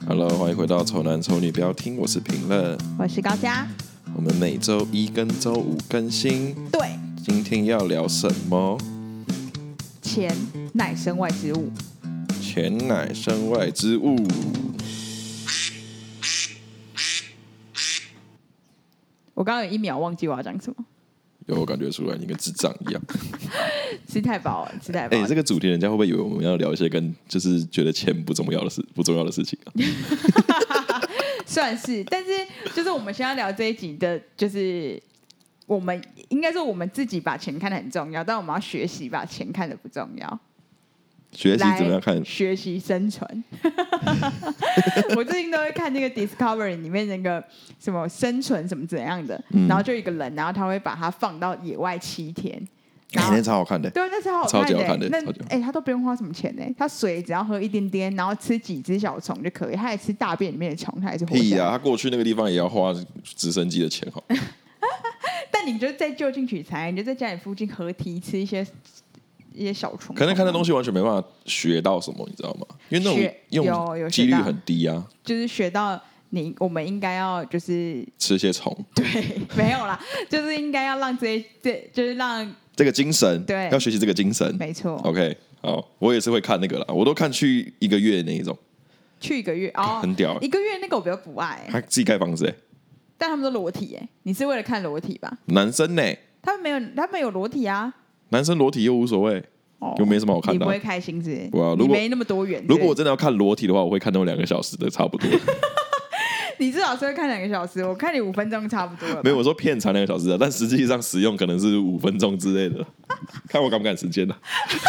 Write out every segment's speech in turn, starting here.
Hello， 欢迎回到丑男丑女不要听，我是评论， 我是高嘉。 我们每周一跟周五更新。 对， 今天要聊什么？ 钱乃身外之物。 钱乃身外之物。 我刚刚有1秒忘记我要讲什么， 有我感觉出来，你跟智障一样。 吃太饱了，吃太饱了。 这个主题人家会不会以为我们要聊一些跟就是觉得钱不重要的事情啊？ 算是，但是就是我们现在聊这一集的，就是我们应该说我们自己把钱看得很重要，但我们要学习把钱看得不重要。 学习怎么样看？ 学习生存。我最近都会看那个 Discovery 里面那个什么生存什么怎样的，然后就一个人，然后他会把他放到野外7天。 那超好看的， 对，那超好看的， 超级好看的。 那他都不用花什么钱呢，他水只要喝一点点，然后吃几只小虫就可以，他也吃大便里面的虫，他也是活下来。 屁啊！他过去那个地方也要花直升机的钱好。 但你就在就近取材，你就在家里附近合体吃一些小虫。 可能看那东西完全没办法学到什么，你知道吗？因为那种用几率很低啊。 就是学到我们应该要就是吃些虫。 对，没有啦，就是应该要让就是让这个精神， 对， 要学习这个精神， 没错。 OK， 好，我也是会看那个啦，我都看去1个月那一种。 去1个月哦， 很屌。 1个月那个我比较不爱， 他自己盖房子但他们都裸体你是为了看裸体吧？ 男生呢？ 他们有裸体啊。 男生裸体又无所谓，又没什么好看的。 你不会开心是不是？ 不啊， 你没那么多元。 如果我真的要看裸体的话，我会看那么2个小时的，差不多。 你至少是会看2个小时，我看你5分钟差不多了。 没有，我说片长2个小时的，但实际上使用可能是5分钟之类的，看我赶不赶时间呢？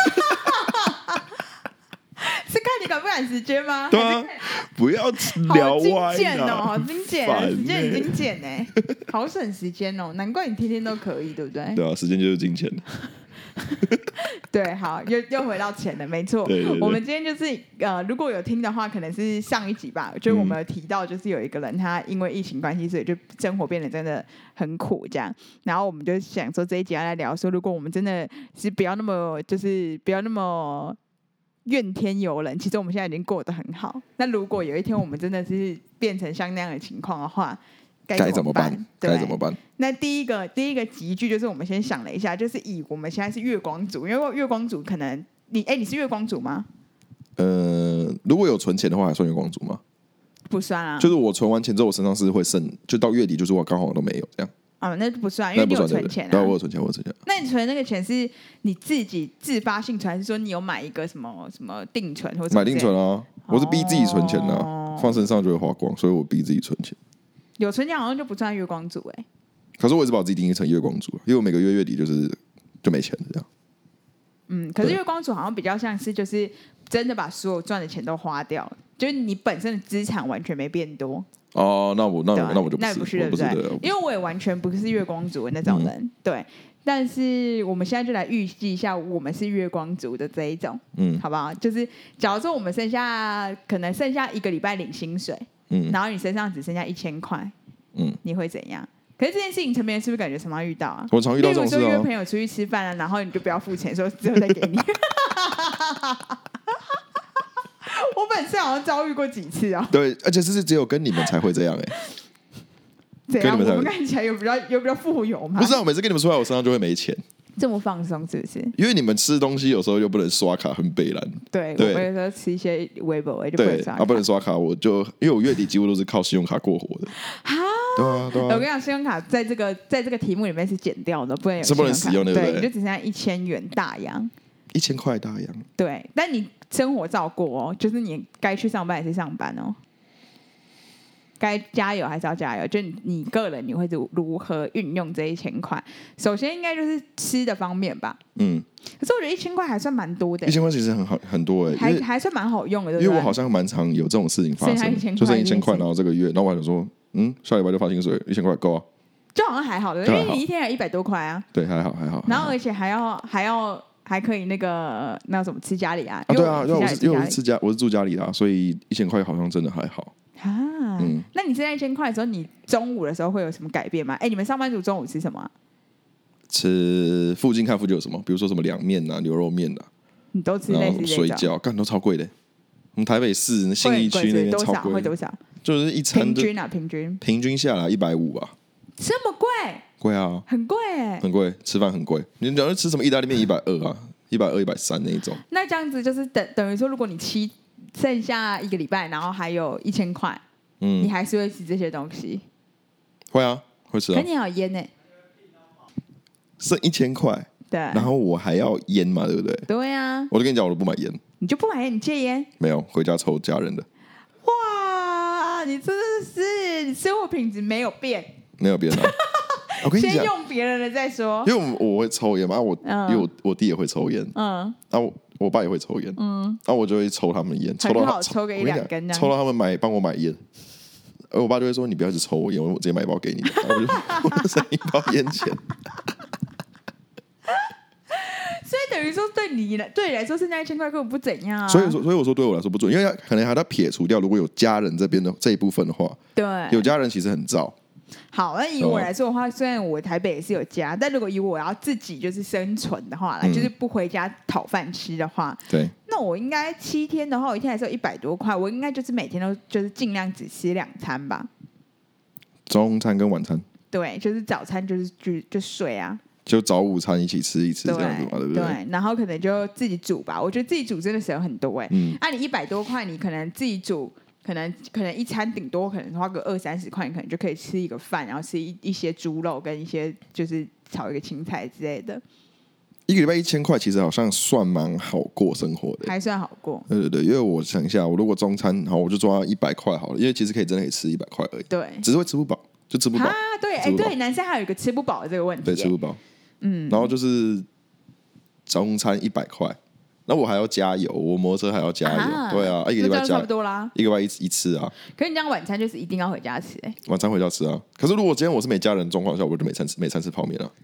是看你赶不赶时间吗？ 对啊，不要聊歪了。好精简哦，时间很精简呢，好省时间哦，难怪你天天都可以，对不对？ 对啊，时间就是金钱。 对，好，又回到钱了，没错。 对对对， 我们今天就是如果有听的话，可能是上一集吧，就是我们有提到，就是有一个人他因为疫情关系，所以就生活变得真的很苦，这样。然后我们就想说这一集要来聊说，如果我们真的是不要那么怨天尤人，其实我们现在已经过得很好。那如果有一天我们真的是变成像那样的情况的话，该怎么办？ 该怎么办？ 那第一个集句就是我们先想了一下，就是以我们现在是月光族，因为月光族可能你是月光族吗？ 如果有存钱的话，还算月光族吗？ 不算啊， 就是我存完钱之后，我身上是会剩，就到月底就是我刚好都没有这样。 那不算，因为你有存钱啊。 对，我有存钱， 那你存的那个钱是你自己自发性存，还是说你有买一个什么定存或者买定存啊？我是逼自己存钱啊，放身上就会花光，所以我逼自己存钱。 有存钱好像就不算月光族可是我一直把我自己定义成月光族，因为我每个月底就没钱了这样。 可是月光族好像比较像是就是真的把所有赚的钱都花掉了，就是你本身的资产完全没变多。 那我就不是对不对？因为我也完全不是月光族的那种人，对。但是我们现在就来预计一下，我们是月光族的这一种，好不好？就是假如说我们可能剩下1个礼拜领薪水，然后你身上只剩下1000块，你会怎样？可是这件事情，陈明是不是感觉常常遇到啊？ 我常遇到这种事啊。 例如说约朋友出去吃饭啊，然后你就不要付钱，说之后再给你。我本身好像遭遇过几次啊。 对，而且是只有跟你们才会这样怎样？我们看起来有比较富有吗？ 不是啊，我每次跟你们出来，我身上就会没钱。 这么放松是不是？ 因为你们吃东西有时候又不能刷卡，很北蓝。 对，我们有时候吃一些微博就不能刷卡。 不能刷卡，因为我月底几乎都是靠信用卡过活的。对啊。 我跟你讲，信用卡在这个题目里面是减掉的，不能有信用卡，是不能使用的，对， 你就只剩下1000元大洋。 1000块大洋。 对，但你生活照过就是你该去上班还是上班该加油还是要加油，就你个人你会如何运用这1000块？首先应该就是吃的方面吧。可是我觉得1000块还算蛮多的。1000 块其实很多还算蛮好用的，对不对？ 因为我好像蛮常有这种事情发生，就剩1000块，然后这个月，然后我还想说，下礼拜就发薪水，1000块够啊， 就好像还好的，因为你一天还100多块啊。 对，还好。 然后而且还可以那什么吃家里啊？ 对啊，因为我是住家里的，所以1000块好像真的还好。 那你剩下1000块的时候，你中午的时候会有什么改变吗？你们上班族中午吃什么？ 吃附近有什么，比如说什么凉面啊、牛肉面啊， 你都吃类似这种水饺，干都超贵的。 我们台北市信义区那边超贵， 会多少？ 就是一餐平均下来150吧。 这么贵？ 贵啊， 很贵哎， 很贵，吃饭很贵。你讲吃什么意大利面120啊，120、130那一种。 那这样子就是等于说，如果你剩下1个礼拜，然后还有1000块，你还是会吃这些东西？ 会啊，会吃啊。 可你还有烟呢， 剩1000块， 对， 然后我还要烟嘛，对不对？ 对啊， 我就跟你讲，我都不买烟。 你就不买烟，你戒烟？ 没有，回家抽家人的。 哇，你真的是你生活品质没有变， 没有变啊。我跟你讲， 先用别人的再说。 因为我会抽烟嘛，因为我弟也会抽烟，然后我爸也会抽烟，然后我就会抽他们的烟，抽到抽个1-2根， 抽到他们帮我买烟，而我爸就会说你不要一直抽我烟，我直接买一包给你，然后我就剩一包烟钱。 所以等于说，对你来说，剩下1000块根本不怎样啊。 所以我说对我来说不准，因为可能还要撇除掉，如果有家人这边的这一部分的话， 对， 有家人其实很燥。 好，那以我来说的话，虽然我台北也是有家，但如果以我要自己就是生存的话，就是不回家讨饭吃的话， 对， 那我应该7天的话，我一天还是有100多块，我应该就是每天都就是尽量只吃2餐吧， 中餐跟晚餐。 对，就是早餐就睡啊。 就早午餐一起吃一次这样子嘛，对不对？ 对，然后可能就自己煮吧。我觉得自己煮真的省很多你100多块，你可能自己煮，可能一餐顶多可能花个20-30块，你可能就可以吃一个饭，然后吃一些猪肉跟一些就是炒一个青菜之类的。 1个礼拜1000块，其实好像算蛮好过生活的， 还算好过。 对，因为我想一下，我如果中餐好，我就抓100块好了，因为其实真的可以吃100块而已。 对， 只是会吃不饱，就吃不饱啊。 对，男生还有一个吃不饱的这个问题。 对，吃不饱。然后就是中餐100块，那我还要加油，我摩托车还要加油。对啊，1个礼拜差不多啦 ，1个礼拜一次啊。 可是你这样晚餐就是一定要回家吃晚餐回家吃啊。可是如果今天我是没家人的状况下，我就每餐吃泡面了。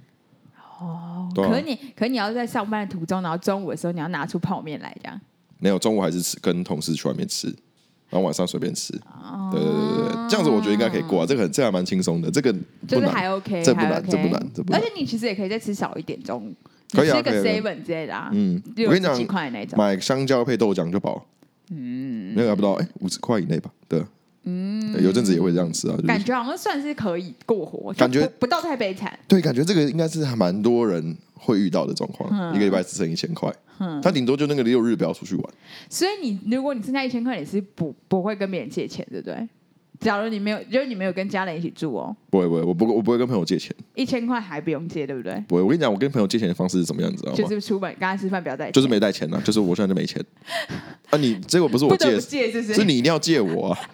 可是你要在上班的途中，然后中午的时候你要拿出泡面来这样。 没有，中午还是跟同事去外面吃。然后晚上随便吃，对，这样子我觉得应该可以过啊，这还蛮轻松的，这个就是还 OK， 这不难。 而且你其实也可以再吃少一点，中午可以啊， 吃个 7之类的啊， 我跟你讲， 几块那种， 买香蕉配豆浆就饱了，那个还不到50块以内吧，对，有阵子也会这样吃啊， 感觉好像算是可以过活， 感觉不到太悲惨， 对，感觉这个应该是还蛮多人会遇到的状况，1个礼拜只剩1000块。他顶多就那个6日不要出去玩， 所以如果你剩下1000块，你是不会跟别人借钱，对不对？假如你没有跟家人一起住哦， 不会，我不会跟朋友借钱 ，1000块还不用借，对不对？ 不会，我跟你讲，我跟朋友借钱的方式是怎么样，你知道吗？ 就是出门跟他吃饭不要带钱， 就是没带钱啊，就是我现在就没钱啊，你结果不是我借，是你一定要借我啊，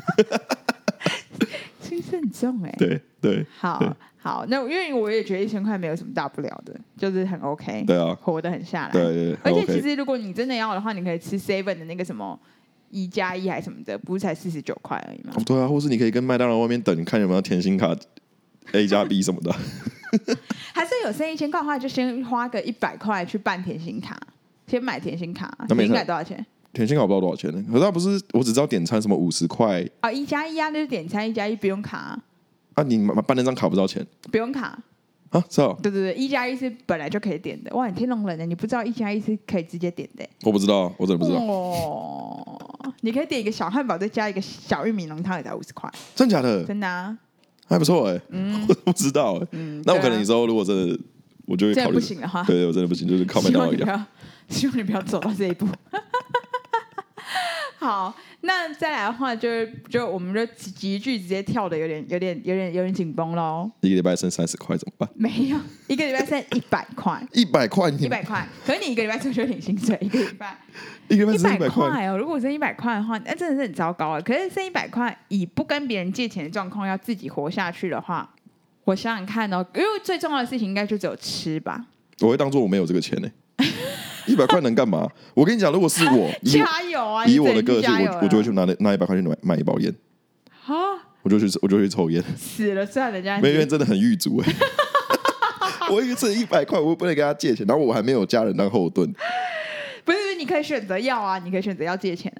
心思很重对， 好，那因为我也觉得1000块没有什么大不了的，就是很 OK， 对啊， 活得很下来， 对， 而且其实如果你真的要的话，你可以吃 7的那个什么1+1还是什么的，不是才49块而已吗？ 对啊，或是你可以跟麦当劳外面等，看有没有甜心卡 A+B 什么的。 还是有剩1000块的话，就先花个100块去办甜心卡，先买甜心卡。甜心卡多少钱？ 甜心卡我不知道多少钱呢？可是它不是，我只知道点餐什么50块啊，1+1啊，就是点餐1+1不用卡啊。你办那张卡不知道钱？ 不用卡啊？是哦。 对，1+1是本来就可以点的。哇，你天龙人呢？你不知道1+1是可以直接点的？ 我不知道，我真的不知道。 哦，你可以点一个小汉堡，再加一个小玉米浓汤，也才50块。 真假的？ 真的啊， 还不错我不知道那我可能你说如果真的，我就会考虑。 真的不行的话， 对，我真的不行，就是靠麦当劳一样。 希望你不要走到这一步。好，那再来的话就我们就集聚直接跳的有点紧绷喽。 1个礼拜剩30块怎么办？ 没有，1个礼拜剩100块。 100块 ，100块。可是你1个礼拜出去领薪水，1个礼拜 100 块哦。如果剩100块的话，那真的是很糟糕啊。可是剩100块，以不跟别人借钱的状况，要自己活下去的话，我想想看哦，因为最重要的事情应该就只有吃吧。 我会当做我没有这个钱100块能干嘛？我跟你讲，如果是我， 加油啊！ 以我的个性，我就会去拿100块去买一包烟。我就去抽烟。 死了算了，人家没有，因为真的很狱卒我一个挣100块，我不能跟他借钱，然后我还没有家人当后盾。 不是，你可以选择要啊，你可以选择要借钱啊。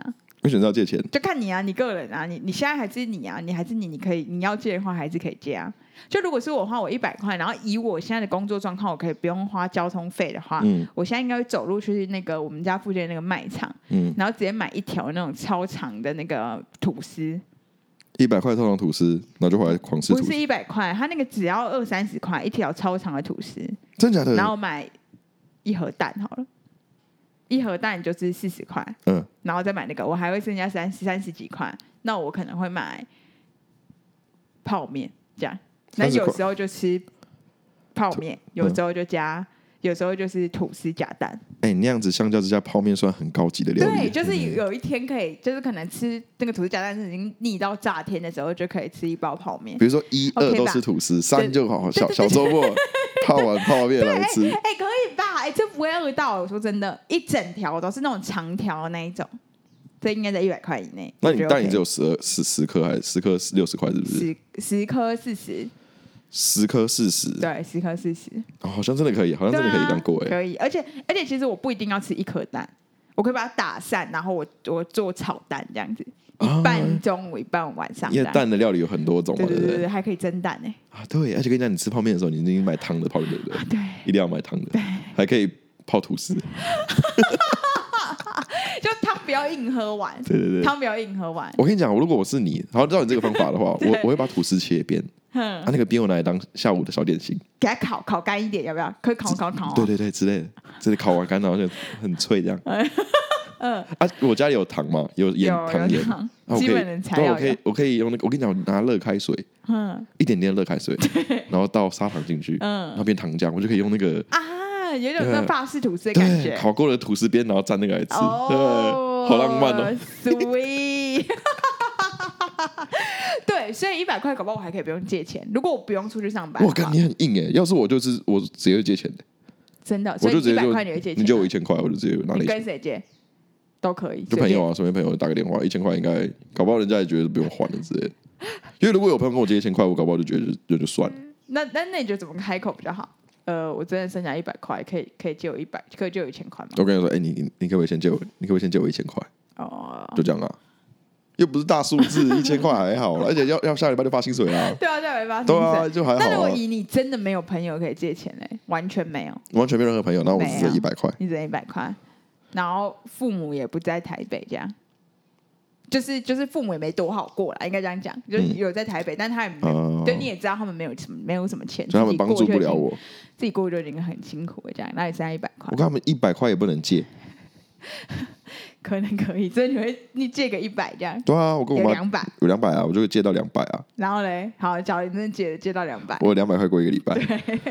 为什么要借钱？ 就看你啊，你个人啊，你现在还是你啊，你还是你可以，你要借的话还是可以借啊。就如果是我花我100块，然后以我现在的工作状况，我可以不用花交通费的话，我现在应该会走路去那个我们家附近的那个卖场，然后直接买一条那种超长的那个吐司。 100块超长吐司，然后就回来狂吃吐司。 不是100块，它那个只要20-30块一条超长的吐司， 真假的？ 然后买1盒蛋好了。1盒蛋就是40块，然后再买那个，我还会剩下30几块，那我可能会买泡面这样，那有时候就吃泡面，有时候就加，有时候就是吐司加蛋。 你那样子相较之下，泡面算很高级的料理。 对，就是有一天可以，就是可能吃那个吐司加蛋是已经腻到炸天的时候，就可以吃一包泡面。 比如说1、2都吃吐司，3就好小周末泡完泡面来吃。 可以吧？这不会饿到。我说真的，一整条都是那种长条的那一种，这应该在100块以内。 那你但你只有10颗还是10颗60块？是不是 ？10颗40。 10颗40， 对，10颗40。 好像真的可以，好像真的可以这样过可以，而且其实我不一定要吃1颗蛋，我可以把它打散，然后我做炒蛋这样子，一半中午一半晚上。 因为蛋的料理有很多种嘛， 对，还可以蒸蛋呢。 对，而且跟你讲，你吃泡面的时候，你一定买汤的泡面，对不对？ 对， 一定要买汤的，还可以泡吐司。 就汤不要硬喝完， 对， 汤不要硬喝完。 我跟你讲，如果我是你，然后照你这个方法的话，我会把吐司切边，那个边我拿来当下午的小点心， 给它烤干一点，要不要？可以烤。 对之类的，这里烤完干，然后就很脆这样。我家里有糖嘛，有盐糖盐， 基本的材料我可以用那个，我跟你讲，拿热开水，一点点热开水，然后倒砂糖进去，然后变糖浆，我就可以用那个有点那法式吐司的感觉， 烤过的吐司边，然后蘸那个来吃，好浪漫哦 ，sweet。对，所以100块搞不好我还可以不用借钱。如果我不用出去上班， 我靠，你很硬哎！要是我直接借钱的， 真的，所以100块你会借钱？ 你借我1000块，我就直接拿你。 跟谁借都可以， 就朋友啊，身边朋友打个电话，1000块应该搞不好人家也觉得不用还了之类的。因为如果有朋友跟我借1000块，我搞不好就觉得就算了。 那你觉得怎么开口比较好？我真的剩下100块，可以借我100，可以借我1000块吗？ 我跟你说，你可不可以先借我？你可不可以先借我1000块？就这样啊。又不是大数字，1000块还好啦，而且要下礼拜就发薪水啦。 对啊，下礼拜发薪水。对啊，就还好。 那如果以你真的没有朋友可以借钱嘞，完全没有， 完全没有任何朋友，那我只剩100块。 你只剩100块，然后父母也不在台北，这样，就是父母也没多好过啦，应该这样讲，就是有在台北，但他也没有，就你也知道他们没有什么钱， 他们帮助不了我， 自己过就已经很辛苦了，这样，那也剩下100块。 我跟他们100块也不能借。 可能可以，所以你借个100这样。 对啊，我跟我妈有200啊，我就会借到200啊。 然后嘞，好，假如你真的借到200， 我有200块过1个礼拜。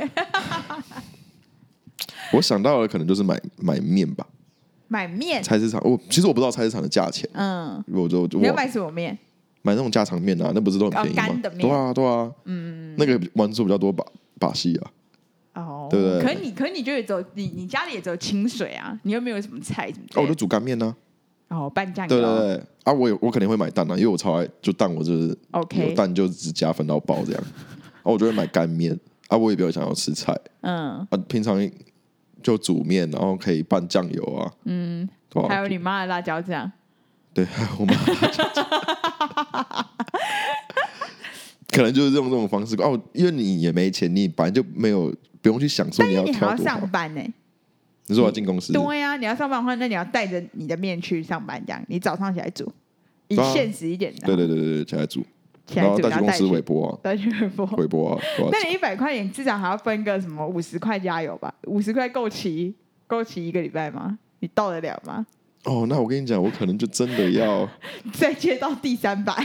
我想到了，可能就是买面吧。 买面？ 菜市场，其实我不知道菜市场的价钱。你要买什么面？ 买那种家常面啊，那不是都很便宜吗？ 干的面。 对啊，那个玩出比较多把戏啊。对不对？ 可你就只有你家里也只有清水啊，你又没有什么菜什么。 我就煮干面呢。 拌酱油。 对啊，我肯定会买蛋啊，因为我超爱，就蛋我就是有蛋就只加分到爆这样。我就会买干面啊，我也比较想要吃菜。平常就煮面，然后可以拌酱油啊。 还有你妈的辣椒酱。 对，还有我妈的辣椒酱。可能就是用这种方式因为你也没钱，你本来就没有。不用去想说你要挑多少，但你还要上班呢。 你说我要进公司？ 对呀，你要上班的话，那你要带着你的面去上班，这样你早上起来煮，以现实一点的。 对，起来煮，然后带去公司微波啊， 带去微波啊。那你100块钱至少还要分个什么50块加油吧？50块够骑1个礼拜吗？你到得了吗？ 那我跟你讲，我可能就真的要再接到第300。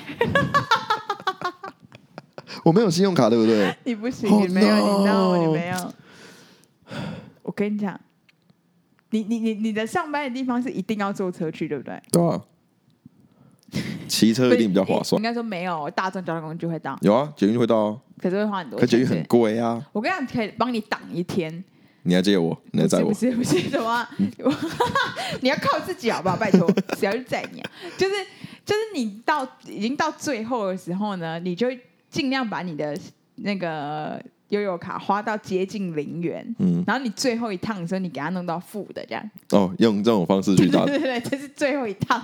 我没有信用卡，对不对？ 你不行，你没有，你知道吗？你没有。我跟你讲，你的上班的地方是一定要坐车去，对不对？ 对啊。骑车一定比较划算。 应该说没有，大众交通工具会到。 有啊，捷运会到啊。 可是会花很多钱。 可捷运很贵啊。 我跟你讲，可以帮你挡1天。 你来接我，你来载我。 不是什么？你要靠自己好不好？拜托，谁要去载你啊？就是你已经到最后的时候呢，你就尽量把你的那个悠游卡花到接近0元，然后你最后一趟的时候你给他弄到负的这样。 哦，用这种方式去打。 对对对，这是最后一趟。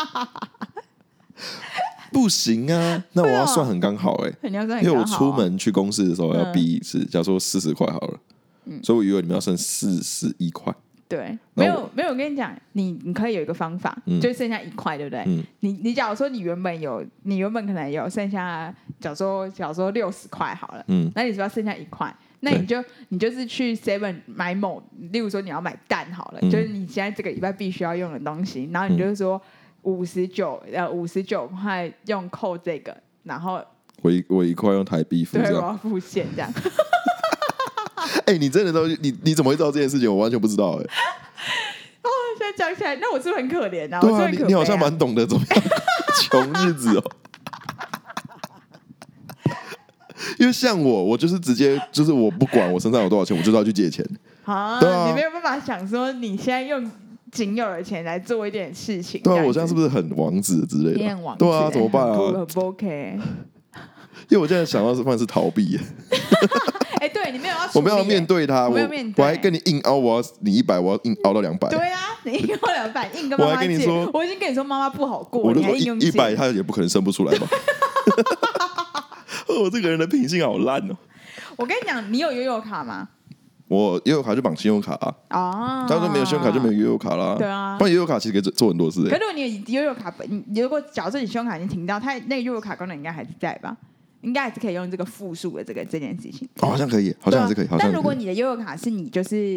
不行啊，那我要算很刚好你要算很刚好， 因为我出门去公司的时候要逼一次，假如说40块好了，所以我以为你们要剩41块。 对，没有，我跟你讲，你可以有一个方法，就剩下1块，对不对？你假如说你原本可能有剩下，假如说60块好了，那你是不是要剩下1块？那你就是去 Seven 买例如说你要买蛋好了，就是你现在这个礼拜必须要用的东西，然后你就是说59块用扣这个，然后我1块用台币付， 对，我要付现这样。 你真的你怎么会知道这件事情？我完全不知道哦，现在讲起来，那我是不是很可怜啊？ 对啊，你好像蛮懂得怎么样穷日子哦。因为像我就是直接就是我不管我身上有多少钱，我就是要去借钱。 对啊，你没有办法想说你现在用仅有的钱来做一点事情。 对啊，我这样是不是很王子之类的？ 你很王子， 对啊，怎么办啊？ 很不 OK。 因为我现在想到是逃避。 对，你没有要， 我没有面对他，我还跟你硬凹，你100，我要硬凹到200。 对啊，你硬凹200，硬跟妈妈借。我已经跟你说妈妈不好过， 我就说你还硬用借 100，他也不可能生不出来吧？我这个人的品性好烂哦。 我跟你讲，你有悠游卡吗？ 我悠游卡就绑信用卡啊。他说没有信用卡就没有悠游卡啦。 对啊， 不然悠游卡其实可以做很多事。 可是如果你悠游卡，你如果假设你信用卡已经停掉，它那个悠游卡功能应该还是在吧？应该还是可以用这个复数的这件事情。 好像可以，好像还是可以。 但如果你的悠游卡是你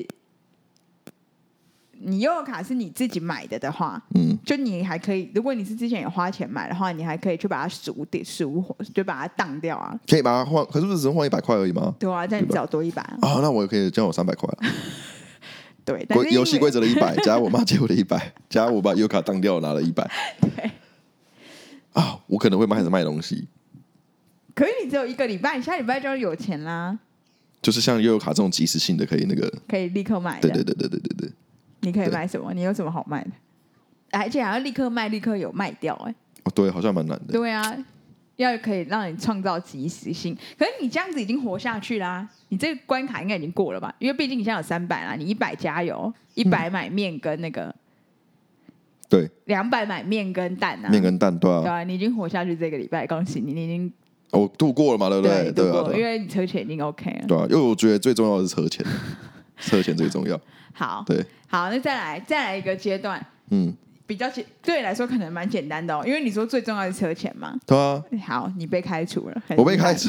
悠游卡是你自己买的话，就你还可以，如果你是之前有花钱买的话，你还可以去把它赎，就把它当掉啊。 可以把它换，可是不是只能换100块而已吗？ 对啊，这样你只要多100啊。 那我也可以这样有300块。 对，但是游戏规则的100加我妈借我的100，加我把悠游卡当掉拿了100。 对。 我可能会开始卖东西。 可是你只有1个礼拜，你下礼拜就要有钱啦。 就是像悠游卡这种即时性的，可以可以立刻卖的。 对。 你可以卖什么？你有什么好卖的？而且还要立刻卖，立刻有卖掉对，好像蛮难的。 对啊，要可以让你创造即时性。可是你这样子已经活下去啦，你这个关卡应该已经过了吧？因为毕竟你现在有300啦，你100加油，100买面跟那个。 对。 200买面跟蛋啊。 面跟蛋，对啊。 对啊，你已经活下去这个礼拜，恭喜你，你已经。 我度过了嘛，对不对？ 对啊，因为你车钱已经 OK 了。 对啊，因为我觉得最重要的是车钱，车钱最重要。 好， 对， 好，那再来一个阶段，比较对你来说可能蛮简单的因为你说最重要的是车钱嘛。 对啊。 好，你被开除了， 我被开除。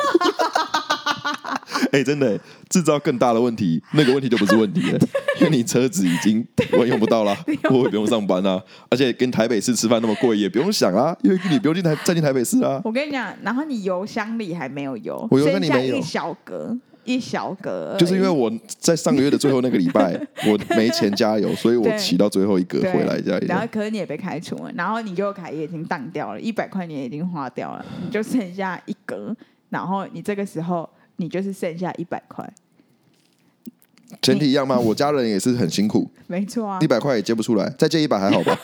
真的制造更大的问题，那个问题就不是问题了，因为你车子已经我用不到啦，我也不用上班啦，而且跟台北市吃饭那么贵也不用想啦，因为你不用再进台北市啦。 我跟你讲，然后你油箱里还没有油， 我油箱里没有， 一小格， 就是因为我在上个月的最后那个礼拜我没钱加油，所以我骑到最后一格回来加油。 然后可是你也被开除了，然后你悠游卡也已经当掉了，100块你也已经花掉了，你就剩下1格，然后你这个时候你就是剩下100块。 前提一样吗？我家人也是很辛苦， 没错啊 ，100块也借不出来，再借100还好吧？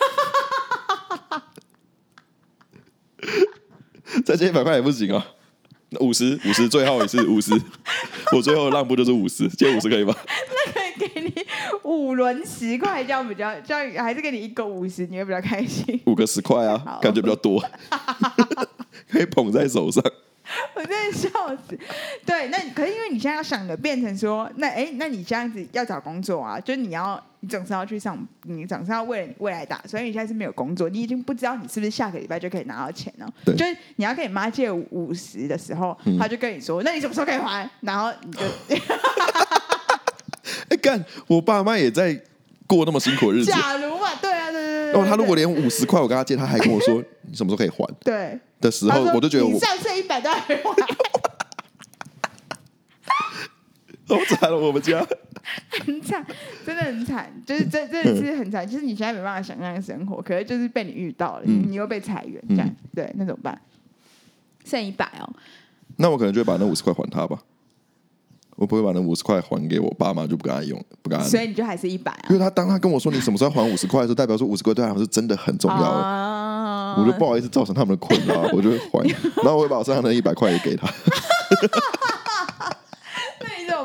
再借100块也不行啊。50最后一次50，我最后的让步就是50，借50可以吧？ 那可以给你5轮10块，这样还是给你1个50，你会比较开心。 5个10块啊，感觉比较多，可以捧在手上。 我真的笑死。对，那可是因为你现在要想的变成说，那你这样子要找工作啊，就是你总是要去上，你总是要为了你未来打，所以你现在是没有工作，你已经不知道你是不是下个礼拜就可以拿到钱了。就是你要跟你妈借50的时候，她就跟你说，那你什么时候可以还？然后你就干，我爸妈也在过那么辛苦的日子。 假如嘛，对啊，对。 他如果连50块我跟他借，他还跟我说你什么时候可以还？ 对的时候，我就觉得你上次100都还没还。 好惨了，我们家很惨，真的很惨，就是真的是很惨。就是你现在没办法想象的生活，可是就是被你遇到了，你又被裁员，这样对，那怎么办？剩100哦。 那我可能就会把那50块还他吧。我不会把那50块还给我爸妈，就不跟他用，不跟他。 所以你就还是100啊？ 因为当他跟我说你什么时候还50块的时候，代表说50块对他来说是真的很重要的。我就不好意思造成他们的困扰，我就会还，然后我会把我身上的100块也给他。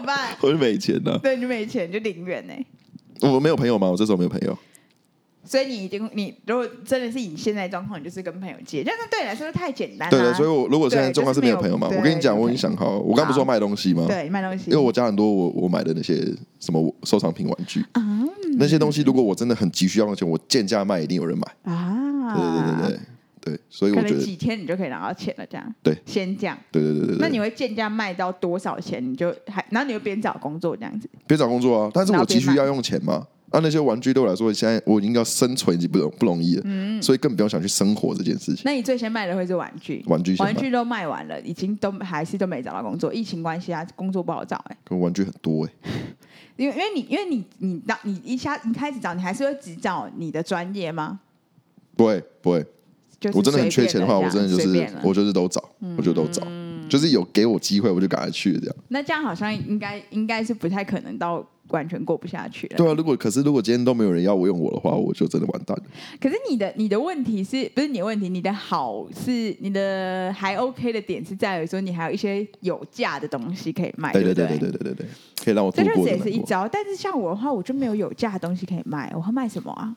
办？ 我就没钱了。 对，你就没钱，就零元呢。 我没有朋友吗？我这时候没有朋友。 所以你如果真的是以现在状况，你就是跟朋友借，但是对你来说太简单了。 对，所以我如果现在状况是没有朋友嘛，我跟你讲，我已经想好了。我刚不是说卖东西吗？ 对，卖东西。 因为我家很多我买的那些什么收藏品玩具，那些东西如果我真的很急需要用钱，我贱价卖，一定有人买啊。对，所以我觉得可能几天你就可以拿到钱了，这样。 对， 先这样。 对。 那你会贱价卖到多少钱？你就然后你就边找工作这样子。 边找工作啊，但是我急需要用钱嘛。那些玩具对我来说，现在我已经要生存已经不容易了，所以更不用想去生活这件事情。 那你最先卖的会是玩具？玩具都卖完了，已经还是都没找到工作，疫情关系啊，工作不好找可玩具很多因为你一开始找，你还是会只找你的专业吗？ 不会，我真的很缺钱的话，我真的就是都找，我就都找，就是有给我机会我就赶快去这样。 那这样好像应该是不太可能到完全过不下去了。 对啊，如果今天都没有人要我用我的话，我就真的完蛋了。 可是你的问题是不是你的问题？你的好是你的还 OK 的点是在于说你还有一些有价的东西可以卖，对， 可以让我度过。 这也是一招。但是像我的话，我就没有有价的东西可以卖，我会卖什么啊？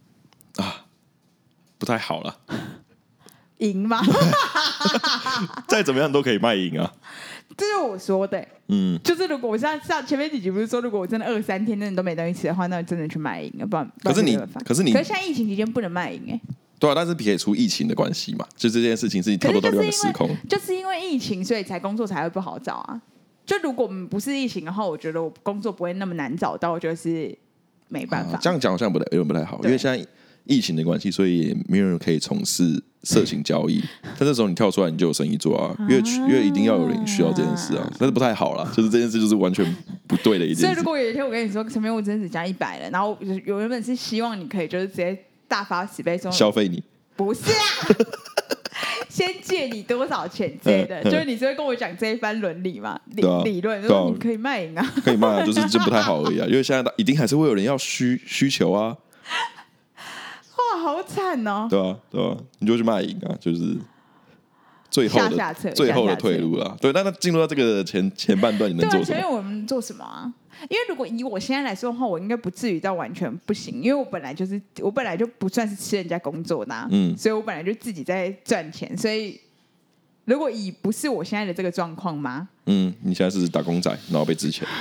不太好了。 赢吗？ 再怎么样都可以卖赢啊。 这是我说的，就是如果我像前面几集不是说，如果我真的2-3天真的都没东西吃的话，那我真的去卖赢，不然可是现在疫情期间不能卖赢对啊，但是撇除疫情的关系嘛，就这件事情是你跳脱到另外一个时空， 就是因为疫情，所以工作才会不好找啊。就如果不是疫情的话，我觉得我工作不会那么难找到，就是没办法。 这样讲好像有点不太好，因为现在疫情的关系，所以没有人可以从事色情交易。但这时候你跳出来，你就有生意做啊，因为一定要有人需要这件事啊，但是不太好啦，就是这件事就是完全不对的一件事。 所以如果有一天我跟你说，陈明我真的只加100了，然后有原本是希望你可以就是直接大发慈悲说消费你， 不是啊。先借你多少钱之类的，就是你只会跟我讲这一番伦理嘛，理论，说你可以卖赢啊， 可以卖啊，就不太好而已啊，因为现在一定还是会有人要需求啊。 哇，好惨哦！ 对啊，你就去卖淫啊，就是最后的退路啦。对，那进入到这个前半段，你能做什么？ 前面我们做什么啊？因为如果以我现在来说的话，我应该不至于到完全不行，因为我本来就不算是吃人家工作的所以我本来就自己在赚钱，所以如果不是我现在的这个状况吗？ 你现在是打工仔，然后被支钱，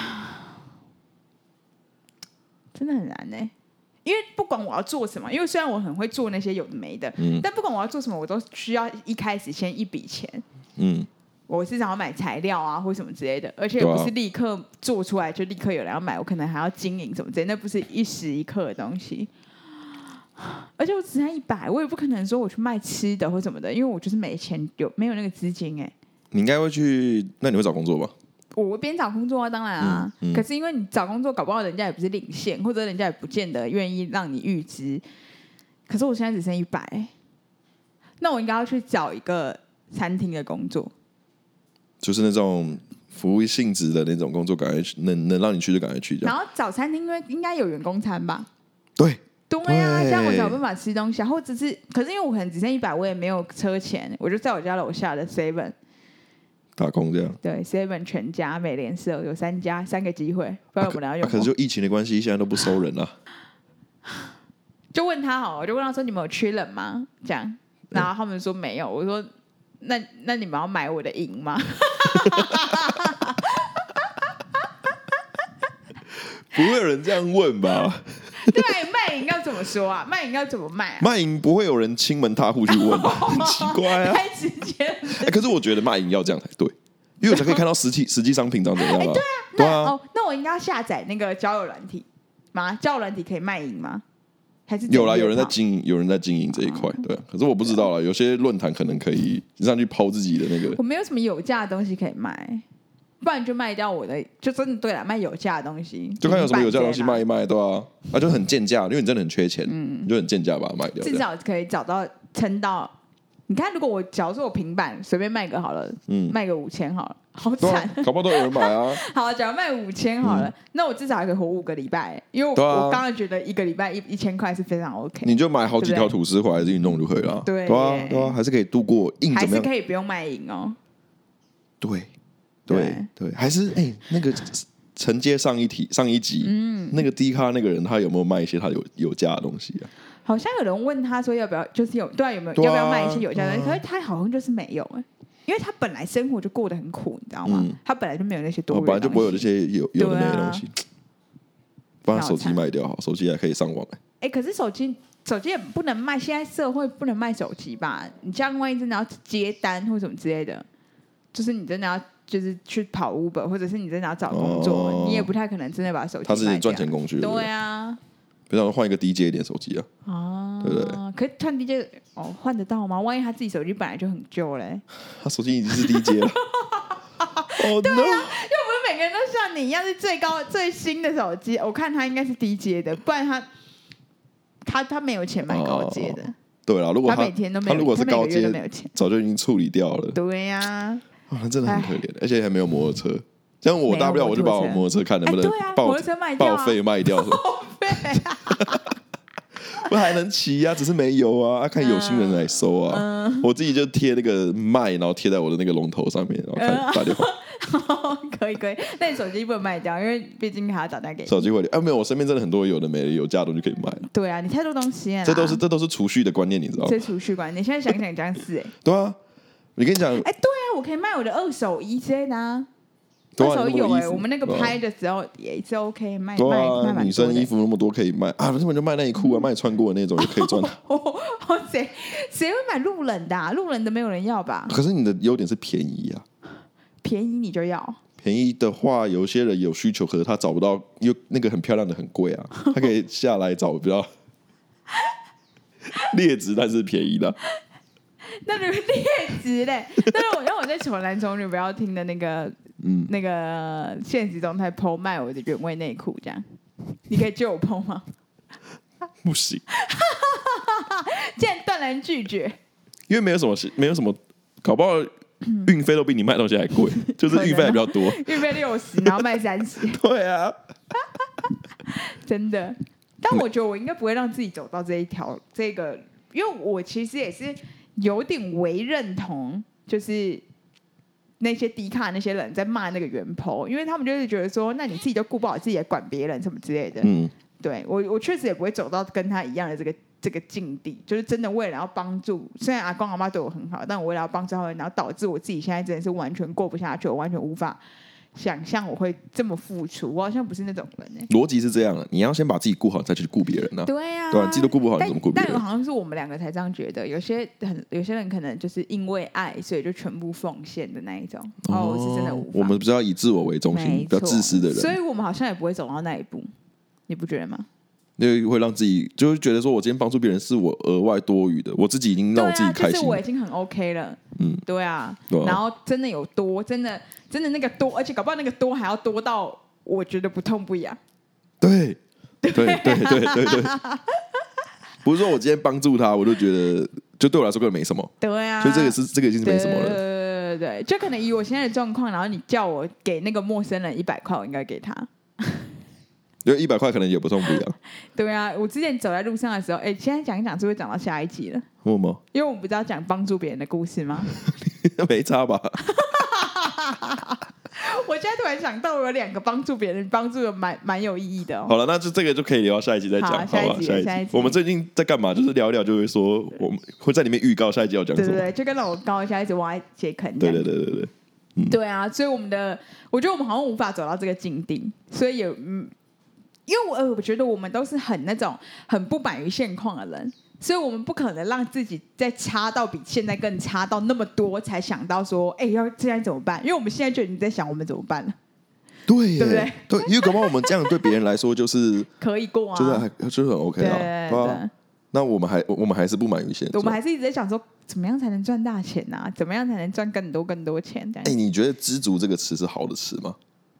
真的很难因为不管我要做什么，因为虽然我很会做那些有的没的，但不管我要做什么，我都需要一开始先一笔钱。我是想要买材料啊，或什么之类的，而且也不是立刻做出来就立刻有人要买，我可能还要经营什么之类的，那不是一时一刻的东西。而且我只剩100，我也不可能说我去卖吃的或什么的，因为我就是没钱，没有那个资金你应该会去，那你会找工作吧？ 我边找工作啊，当然啊。可是因为你找工作，搞不好人家也不是领现，或者人家也不见得愿意让你预支。可是我现在只剩100，那我应该要去找一个餐厅的工作，就是那种服务性质的那种工作，赶快能让你去就赶快去。 然后找餐厅，因为应该有员工餐吧？ 对啊，这样我才有办法吃东西啊。或者是，可是因为我可能只剩100，我也没有车钱，我就在我家楼下的 7-Eleven 打工这样。 对 ，7-Eleven、全家、美联社有3个机会，不然我们俩用。 可是就疫情的关系，现在都不收人了。 就问他好，我就问他说：“你们有缺人吗？”这样，然后他们说没有。我说：“那你们要买我的银吗？” 不会有人这样问吧？ 对，卖淫要怎么说啊？卖淫要怎么卖啊？ 卖淫不会有人亲门踏户去问啊，很奇怪啊， 太直接了。 可是我觉得卖淫要这样才对，因为我才可以看到实际商品长怎样啊。 对啊，那我应该要下载那个交友软体吗？交友软体可以卖淫吗？还是有啦，有人在经营这一块，对。可是我不知道啦，有些论坛可能可以上去抛自己的那个。 我没有什么有价的东西可以卖。不然就卖掉我的，就真的对了，卖有价的东西， 就看有什么有价的东西卖一卖，对啊，就很贱价，因为你真的很缺钱，你就很贱价把它卖掉， 至少可以找到撑到。你看，如果假如说我平板随便卖个好了，卖个5000好了，好惨， 搞不好都有人买啊。 好，假如卖5000好了，那我至少还可以活5个礼拜，因为我刚刚觉得1个礼拜1000块是非常 OK。你就买好几条吐司回来自己弄就可以了， 对啊，还是可以度过硬， 还是可以不用卖淫哦。 对，还是那个承接上一集，那个 D 卡那个人他有没有卖一些他有价的东西啊？ 好像有人问他说要不要，就是有没有要不要卖一些有价的东西，可是他好像就是没有因为他本来生活就过得很苦，你知道吗？他本来就没有那些多余的东西， 本来就不会有那些有的没的东西。把手机卖掉好，手机还可以上网可是手机也不能卖，现在社会不能卖手机吧？你这样万一真的要接单或什么之类的，就是你真的要就是去跑 Uber， 或者是你真的要找工作，你也不太可能真的把手机卖掉。它是赚钱工具， 对啊。 比如换一个低阶一点手机对不对？ 可是换低阶换得到吗？万一他自己手机本来就很旧嘞， 他手机已经是低阶了。 对啊，又不是每个人都像你一样是最高最新的手机，我看他应该是低阶的，不然他没有钱买高阶的。 对啦，如果他每天都没有， 他如果是高阶，早就已经处理掉了。 对呀， 真的很可怜，而且还没有摩托车。像我大不了我就把我摩托车看能不能报废卖掉，不还能骑啊，只是没油啊，看有心人来收啊。我自己就贴那个卖，然后贴在我的那个龙头上面，然后看打电话。 可以，但你手机不能卖掉，因为毕竟还要打单给你。 手机会没有，我身边真的很多有的没的有价的东西可以卖。 对啊，你太多东西了。 这都是储蓄的观念，你知道吗？ 这储蓄观念，你现在想想这样是对啊，你跟你讲， 对啊，我可以卖我的二手衣之类的啊。二手有我们那个拍的时候也是 OK 卖女生衣服那么多可以卖啊，根本就卖内裤啊，卖穿过的那种就可以赚。 谁会买路人的？路人的没有人要吧？ 可是你的优点是便宜啊， 便宜你就要。 便宜的话，有些人有需求，可是他找不到，又那个很漂亮的很贵啊，他可以下来找比较劣质但是便宜的。 那你们劣质嘞？但是因为我在丑男丑女不要听的那个现实中态 po 卖我的原味内裤，这样你可以救我 po 吗？ 不行， 竟然断然拒绝， 因为没有什么，搞不好运费都比你卖东西还贵，就是运费还比较多， 运费60，然后卖30。 对啊， 真的。但我觉得我应该不会让自己走到这一条，这个，因为我其实也是有点微认同，就是那些低卡那些人在骂那个原 po， 因为他们就是觉得说，那你自己就顾不好自己，也管别人什么之类的。对我确实也不会走到跟他一样的这个境地，就是真的为了要帮助，虽然阿公阿妈对我很好，但我为了要帮助他们，然后导致我自己现在真的是完全过不下去，我完全无法想象我会这么付出，我好像不是那种人逻辑是这样的，你要先把自己顾好，再去顾别人啊。 对啊， 对啊，自己都顾不好，你怎么顾别人？ 但好像是我们两个才这样觉得，有些人可能就是因为爱，所以就全部奉献的那一种。我是真的无法。 我们不是要以自我为中心，比较自私的人， 所以我们好像也不会走到那一步，你不觉得吗？ 因为会让自己就是觉得说，我今天帮助别人是我额外多余的，我自己已经让我自己开心了， 就是我已经很 OK 了。对啊，然后真的有多，真的那个多，而且搞不好那个多还要多到我觉得不痛不痒。 对，不是说我今天帮助他，我就觉得就对我来说根本没什么。 对啊， 所以这个已经是没什么了。 对，就可能以我现在的状况，然后你叫我给那个陌生人100块，我应该给他。 因为100块可能也不痛不痒。 对啊，我之前走在路上的时候，现在讲一讲是会讲到下一集了。 为什么？ 因为我们不是要讲帮助别人的故事吗？ 没差吧？ 我现在突然想到，我有2个帮助别人，帮助的蛮有意义的。 好了，那就这个就可以聊下一集再讲，好吧？下一集。我们最近在干嘛？就是聊一聊，就会说我们会在里面预告下一集要讲什么。 对，就跟老高下一集挖解坑。 对。 对啊，所以我觉得我们好像无法走到这个境地，所以因为我觉得我们都是很那种很不满于现况的人，所以我们不可能让自己再差到比现在更差到那么多，才想到说，要现在怎么办？因为我们现在就已经在想我们怎么办了。 对不对？ 对，因为搞不好我们这样对别人来说就是可以过啊， 就是很 OK 啊。对。那我们还是不满于现状， 我们还是一直在想说，怎么样才能赚大钱啊？怎么样才能赚更多钱？ 你觉得知足这个词是好的词吗？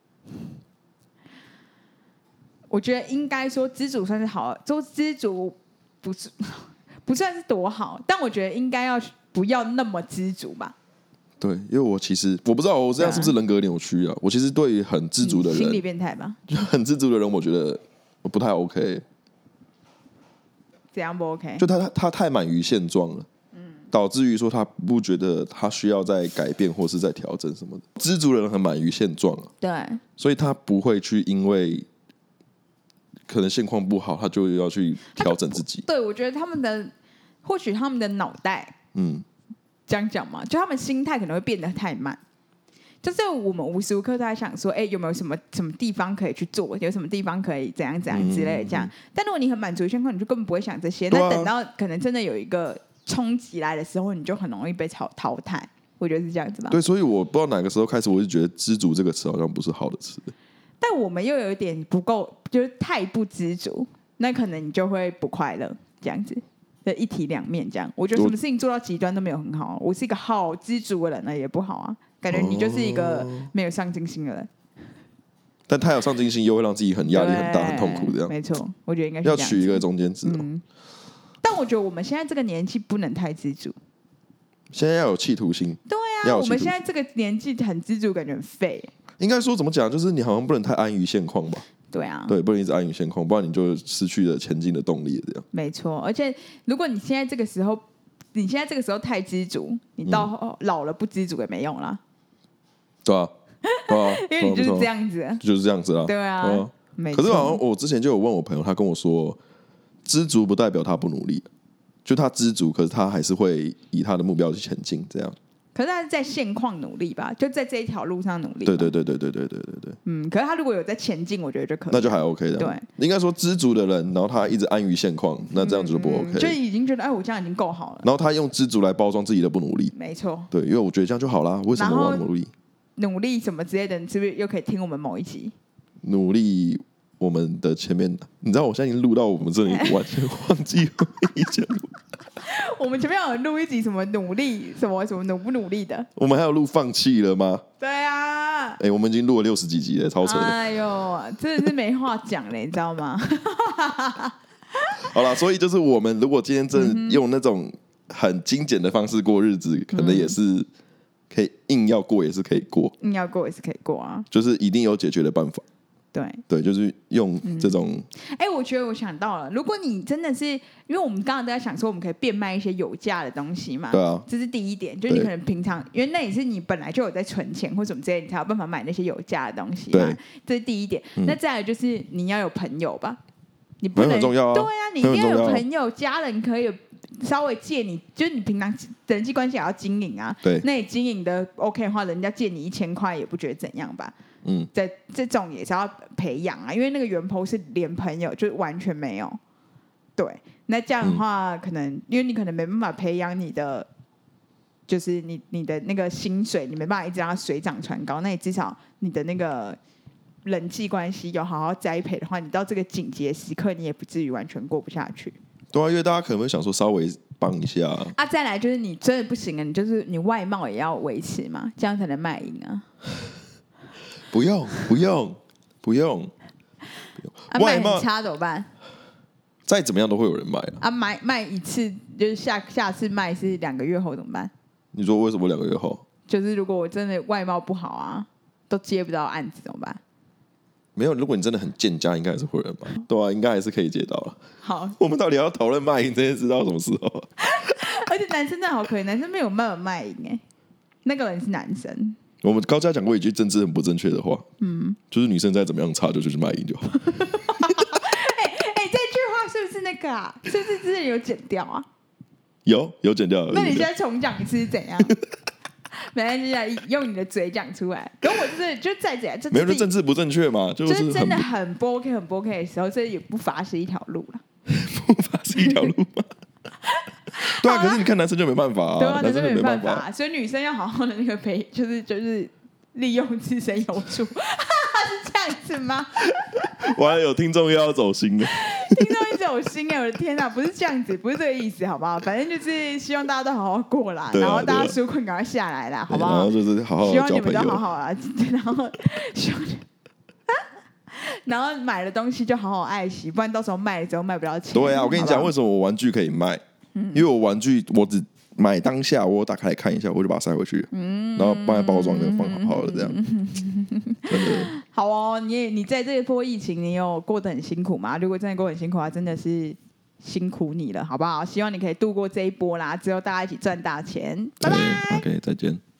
我觉得应该说知足算是好，做知足不算是多好，但我觉得应该不要那么知足吧。 对，因为我其实我不知道我这样是不是人格扭曲啊？我其实对于很知足的人， 心理变态吧？ 很知足的人，我觉得我不太 OK。 怎样不 OK？ 就他太满于现状了。 导致于说他不觉得他需要再改变或是再调整什么的。知足的人很满于现状啊， 对， 所以他不会去因为可能现况不好，他就要去调整自己。 对，我觉得或许他们的脑袋，这样讲嘛，就他们心态可能会变得太慢。就是我们无时无刻都在想说，有没有什么地方可以去做，有什么地方可以怎样怎样之类的这样。但如果你很满足现况，你就根本不会想这些。那等到可能真的有一个冲击来的时候，你就很容易被淘汰。我觉得是这样子吧。 对，所以我不知道哪个时候开始，我就觉得知足这个词好像不是好的词。 但我们又有一点不够，就是太不知足，那可能你就会不快乐，这样子的一体两面。这样，我觉得什么事情做到极端都没有很好。我是一个好知足的人呢，也不好啊。感觉你就是一个没有上进心的人。 但他有上进心，又会让自己很压力很大、很痛苦，这样没错。我觉得应该是要取一个中间值。 但我觉得我们现在这个年纪不能太知足， 现在要有企图心。 对啊，我们现在这个年纪很知足，感觉很废。 应该说怎么讲，就是你好像不能太安于现况吧？ 对啊， 对，不能一直安于现况，不然你就失去了前进的动力。这样没错。而且如果你现在这个时候太知足，你到老了不知足也没用啦。 对啊， 因为你就是这样子， 就是这样子啦。 对啊， 可是好像我之前就有问我朋友，他跟我说，知足不代表他不努力，就他知足，可是他还是会以他的目标去前进，这样。 可是他是在现况努力吧，就在这一条路上努力。对。可是他如果有在前进，我觉得就可以， 那就还 OK 的。 对， 应该说知足的人，然后他一直安于现况，那这样子就不 OK， 就已经觉得我这样已经够好了。 然后他用知足来包装自己的不努力， 没错。 对，因为我觉得这样就好啦，为什么我要努力？ 努力什么之类的，你是不是又可以听我们某一集？ 努力我们的前面，你知道我现在已经录到我们这里，完全忘记以前录。 我们前面有录一集什么努力，什么努不努力的？ 我们还有录放弃了吗？ 对啊， 我们已经录了60几集了，超扯的。 哎呦，真的是没话讲嘞，你知道吗？ 好啦，所以就是我们如果今天真的用那种很精简的方式过日子，可能也是可以硬要过，也是可以过， 硬要过也是可以过啊， 就是一定有解决的办法。 对， 就是用这种。 我觉得我想到了，如果你真的是，因为我们刚刚都在想说，我们可以变卖一些有价的东西嘛， 对啊， 这是第一点，就是你可能平常，因为那也是你本来就有在存钱或什么之类，你才有办法买那些有价的东西嘛，这是第一点。那再来就是你要有朋友吧，你不能很重要啊， 对啊，你一定要有朋友、家人可以稍微借你，就是你平常人际关系也要经营啊， 对， 那你经营的 OK 的话，人家借你1000块也不觉得怎样吧。这种也是要培养啊，因为那个原 po 是连朋友就完全没有。对，那这样的话，可能因为你可能没办法培养你的，就是你的那个薪水，你没办法一直让它水涨船高。那你至少你的那个人际关系有好好栽培的话，你到这个紧急时刻，你也不至于完全过不下去。 对啊，因为大家可能会想说稍微帮一下啊。 再来就是你真的不行了，你就是你外貌也要维持嘛，这样才能卖淫啊。 不用， 卖很差怎么办？ 再怎么样都会有人买啊！卖一次就是下次卖是2个月后怎么办？ 你说为什么2个月后？ 就是如果我真的外貌不好啊，都接不到案子怎么办？ 没有，如果你真的很贱家，应该还是会有人买。对啊，应该还是可以接到了。 好， 我们到底要讨论卖淫这件事到什么时候？ 而且男生真的好可怜，男生没有办法卖淫那个人是男生。 我们高家讲过一句政治很不正确的话，就是女生再怎么样差就去卖淫就好。 这句话是不是那个啊？是不是之前有剪掉啊？ 有剪掉。 那你现在重讲一次是怎样？没关系啊，用你的嘴讲出来。可我就再怎样， 没有就政治不正确嘛， 就是真的很不 OK 的时候，这也不乏是一条路了。 不乏是一条路吗？对啊，可是你看男生就没办法啊， 对啊， 男生没办法，所以女生要好好的那个就是利用自身有处，是这样子吗？ 我还有听众又要走心了， 听众一走心我的天哪，不是这样子，不是这个意思，好不好？反正就是希望大家都好好过啦，然后大家纾困赶快下来啦，好不好？ 然后就是好好希望你们都好好啦，然后希望。然后买的东西就好好爱惜，不然到时候卖了之后卖不了钱。 对啊，我跟你讲，为什么我玩具可以卖？因为我玩具我只买当下，我打开来看一下，我就把它塞回去，然后放在包装里放好了，这样。真的好哦，你在这一波疫情，你有过得很辛苦吗？如果真的过得很辛苦的话，真的是辛苦你了，好不好？希望你可以度过这一波啦，之后大家一起赚大钱，拜拜。 OK， 再见。